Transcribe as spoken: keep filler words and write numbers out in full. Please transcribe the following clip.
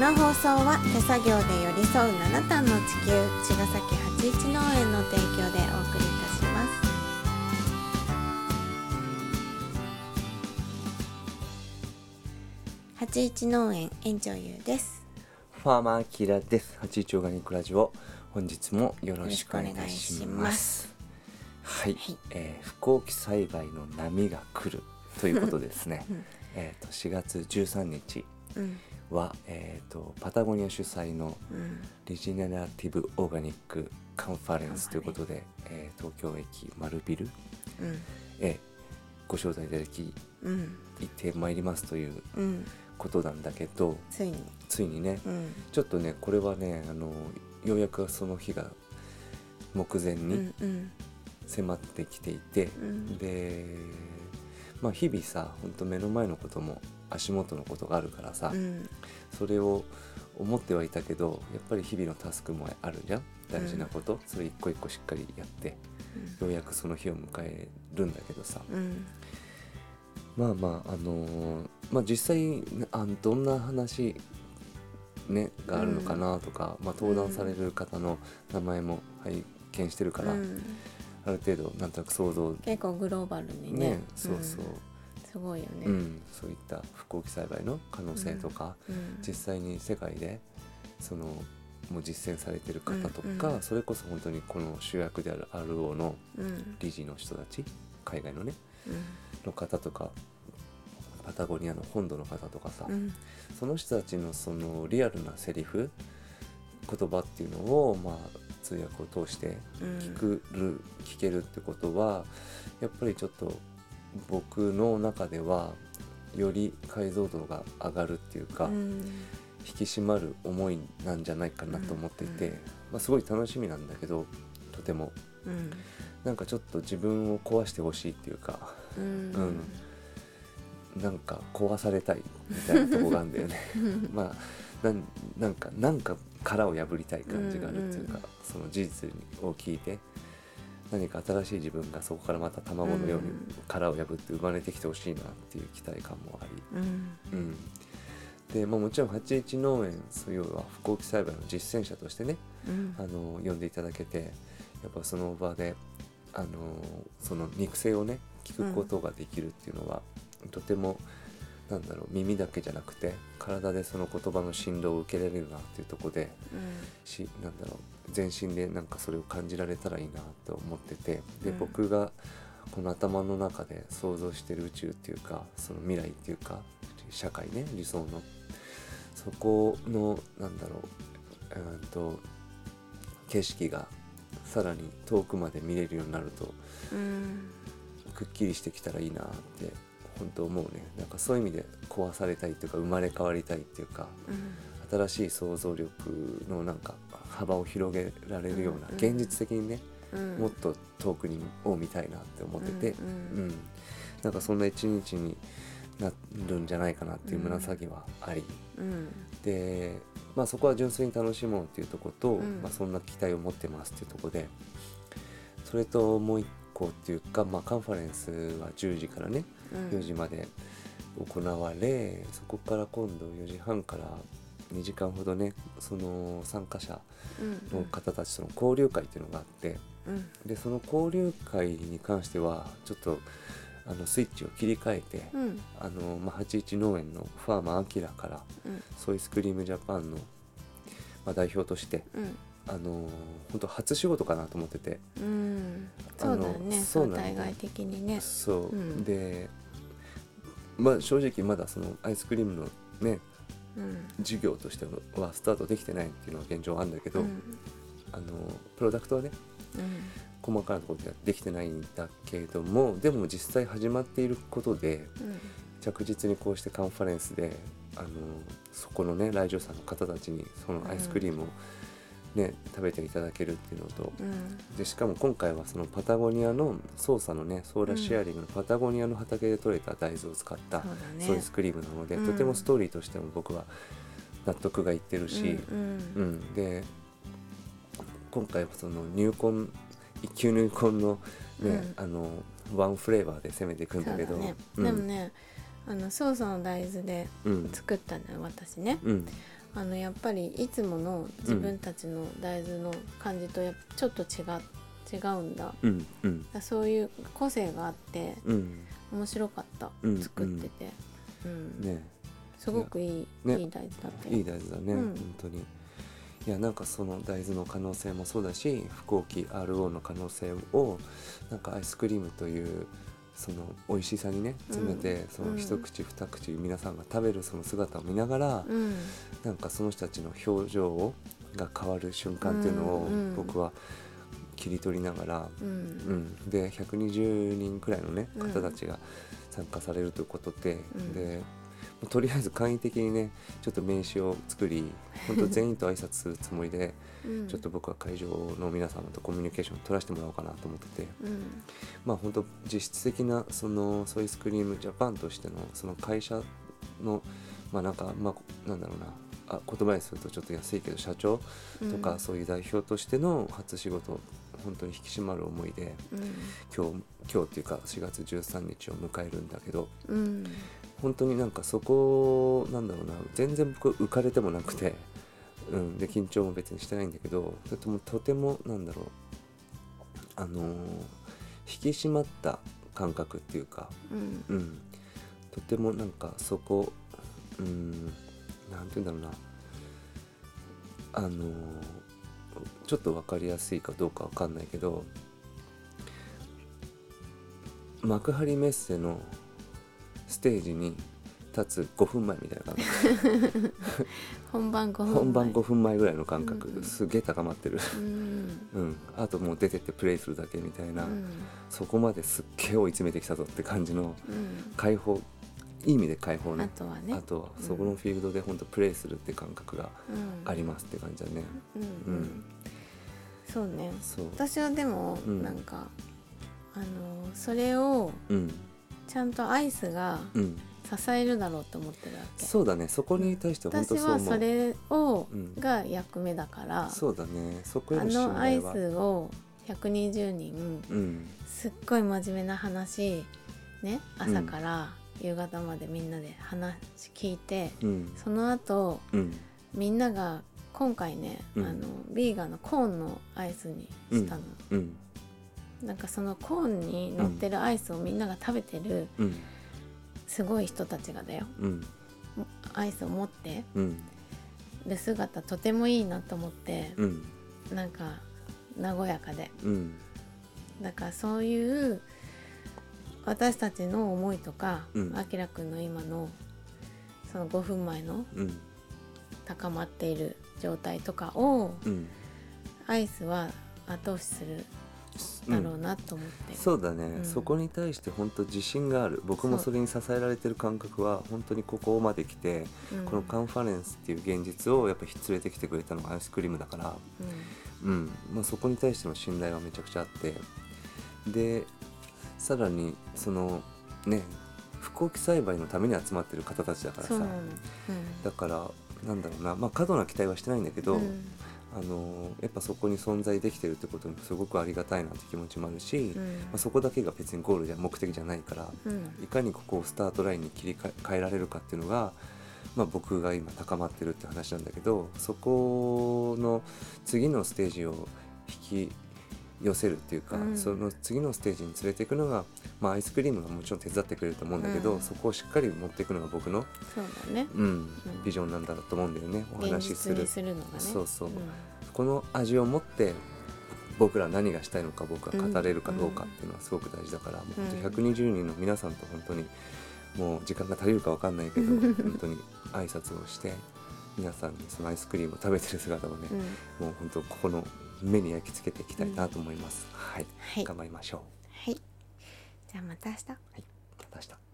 の放送は手作業で寄り添う七段の地球茅ヶ崎八一農園の提供でお送りいたします。八一農園園長ゆうです。 ファーマーキラです。八一オーガニックラジオ、本日もよろしくお願いします。はい、はいえー、不幸期栽培の波が来るということですね、うんえー、としがつじゅうさんにちは、うんえー、とパタゴニア主催のリジェネラティブオーガニックカンファレンスということで、えー、東京駅丸ビル、うんえー、ご招待いただき、うん、行ってまいりますということなんだけど、 ついについにね、うん、ちょっとねこれはねあのようやくその日が目前に迫ってきていて、うんうん、でまあ日々さ本当目の前のことも足元のことがあるからさ、うん、それを思ってはいたけどやっぱり日々のタスクもあるじゃん、大事なこと、うん、それ一個一個しっかりやって、うん、ようやくその日を迎えるんだけどさ、うん、まあまああのー、まあ実際あどんな話ね、があるのかなとか、うんまあ、登壇される方の名前も拝見してるから、うん、ある程度なんとなく想像結構グローバルに ね, ねそうそう、うん、 すごいよね、 うん、そういった不幸期栽培の可能性とか、うんうん、実際に世界でそのもう実践されてる方とか、うんうん、それこそ本当にこの主役である アールオー の理事の人たち、海外のね、うん、の方とかパタゴニアの本土の方とかさ、うん、その人たちのそのリアルなセリフ言葉っていうのを、まあ、通訳を通して聞く、うん、聞けるってことはやっぱりちょっと僕の中ではより解像度が上がるっていうか、うん、引き締まる思いなんじゃないかなと思っていて、うんまあ、すごい楽しみなんだけどとても、うん、なんかちょっと自分を壊してほしいっていうか、うんうんなんか壊されたいみたいなとこがあるんだよねまあな ん, なんかなんか殻を破りたい感じがあるっていうか、うんうん、その事実を聞いて何か新しい自分がそこからまた卵のように殻を破って生まれてきてほしいなっていう期待感もあり、うんうんでまあ、もちろんはちいち農園そういうは不幸期栽培の実践者としてね、うん、あの呼んでいただけてやっぱその場であのその肉声をね聞くことができるっていうのは、うんとてもなんだろう耳だけじゃなくて体でその言葉の振動を受けられるなっていうところで、うん、しなんだろう全身でなんかそれを感じられたらいいなと思っててで、うん、僕がこの頭の中で想像してる宇宙っていうかその未来っていうか社会ね理想のそこのなんだろう、えー、と景色がさらに遠くまで見れるようになると、うん、くっきりしてきたらいいなって本当思うね。なんかそういう意味で壊されたいっていうか生まれ変わりたいっていうか、うん、新しい想像力のなんか幅を広げられるような、うん、現実的にね、うん、もっと遠くにを見たいなって思ってて、うんうんうん、なんかそんな一日になるんじゃないかなっていう胸騒ぎはあり、うん、で、まあ、そこは純粋に楽しもうっていうところと、うんまあ、そんな期待を持ってますっていうところでそれともう一個っていうか、まあ、カンファレンスはじゅうじからねよじまで行われ、そこから今度よじはんからにじかんほどねその参加者の方たちとの交流会っていうのがあって、うん、でその交流会に関してはちょっとあのスイッチを切り替えて、うんあのまあ、はちいち農園のファーマーアキラから、うん、ソイスクリームジャパンの、まあ、代表として、うんあの本当初仕事かなと思ってて、うん、 そうだね相対外的にねそう、うん、でまあ正直まだそのアイスクリームのね、うん、授業としてはスタートできてないっていうのは現状あるんだけど、うん、あのプロダクトはね、うん、細かなところではできてないんだけどもでも実際始まっていることで、うん、着実にこうしてカンファレンスであのそこのね来場者の方たちにそのアイスクリームを、うんね、食べていただけるっていうのと、うん、でしかも今回はそのパタゴニアのソーサのねソーラシェアリングのパタゴニアの畑で採れた大豆を使ったソイスクリームなので、うん、とてもストーリーとしても僕は納得がいってるし、うんうんうん、で今回はその入魂一級入魂のね、うん、あのワンフレーバーで攻めていくんだけど、 ねうん、でもねあのソーサの大豆で作ったのよ、うん、私ね、うんあのやっぱりいつもの自分たちの大豆の感じとやっぱちょっと違う違うんだ、 うんうん、 だそういう個性があって、 うん、 面白かった、うん、作ってて、うんね、すごくいい、ね、いい大豆だったよ。 いい大豆だね、うん、本当に。いやなんかその大豆の可能性もそうだし、不幸期 アールオー の可能性をなんかアイスクリームというその美味しさにね詰めて、うん、その一口二口皆さんが食べるその姿を見ながら、うん、なんかその人たちの表情をが変わる瞬間っていうのを僕は切り取りながら、うんうん、でひゃくにじゅうにんくらいのね方たちが参加されるということで、うん、でとりあえず簡易的にねちょっと名刺を作り本当全員と挨拶するつもりで、うん、ちょっと僕は会場の皆様とコミュニケーションを取らせてもらおうかなと思ってて、うん、まあ本当実質的なそのソイスクリームジャパンとしてのその会社のまあなんかまあなんだろうなあ言葉にするとちょっと安いけど社長とかそういう代表としての初仕事、本当に引き締まる思いで、うん、今日今日っていうかしがつじゅうさんにちを迎えるんだけど、うん、本当になんかそこなんだろうな全然僕浮かれてもなくて、うん、で緊張も別にしてないんだけどとてもとてもなんだろうあのー、引き締まった感覚っていうか、うんうん、とてもなんかそこうんなんて言うんだろうなあのー、ちょっと分かりやすいかどうか分かんないけど幕張メッセのステージに立つごふんまえみたいな感覚本番ごふんまえ本番ごふんまえぐらいの感覚、うん、すげえ高まってる、うんうん、あともう出てってプレイするだけみたいな、うん、そこまですっげえ追い詰めてきたぞって感じの解放、いい意味で解放ね。 あとはねあとはそこのフィールドで本当プレイするって感覚がありますって感じだね、 うんうんうん、そうね。そう私はでもなんか、うん、あのそれをちゃんとアイスが支えるだろうと思ってるわけ、 うん、そうだね。そこに対して本当そう思う。 私はそれを、うん、が役目だから、 そうだね。そこへの信頼はあのアイスをひゃくにじゅうにん、うん、すっごい真面目な話ね朝から、うん、夕方までみんなで話聞いて、うん、その後、うん、みんなが今回ね、うん、あのビーガンのコーンのアイスにしたの、うんうん、なんかそのコーンに乗ってるアイスをみんなが食べてる、うん、すごい人たちがだよ、うん、アイスを持ってる姿とてもいいなと思って、うん、なんか和やかで、うん、だからそういう私たちの思いとか、あきらくんの今のそのごふんまえの高まっている状態とかを、うん、アイスは後押しするだろうなと思って、 うん、そうだね、うん、そこに対して本当自信がある。僕もそれに支えられてる感覚は本当にここまで来て、うん、このカンファレンスっていう現実をやっぱり連れてきてくれたのがアイスクリームだから、うんうんまあ、そこに対しての信頼はめちゃくちゃあって、でさらにそのね不幸期栽培のために集まってる方たちだからさ、うん、だからなんだろうな、まあ、過度な期待はしてないんだけど、うん、あのやっぱそこに存在できてるってことにすごくありがたいなって気持ちもあるし、うんまあ、そこだけが別にゴールじゃ目的じゃないから、うん、いかにここをスタートラインに切り替えられるかっていうのが、まあ、僕が今高まってるって話なんだけど、そこの次のステージを引き寄せるっていうか、うん、その次のステージに連れていくのが、まあ、アイスクリームがもちろん手伝ってくれると思うんだけど、うん、そこをしっかり持っていくのが僕のそうだね、 うん、ビジョンなんだと思うんだよね。お話しする、 現実にするのがね、 そうそう、うん、この味を持って僕ら何がしたいのか僕は語れるかどうかっていうのはすごく大事だから、うん、もう本当ひゃくにじゅうにんの皆さんと本当にもう時間が足りるか分かんないけど本当に挨拶をして皆さんにそのアイスクリームを食べてる姿をね、うん、もう本当ここの目に焼き付けていきたいなと思います、うん、はい、はい、頑張りましょう。 はい、じゃあまた明日。 はい、また明日。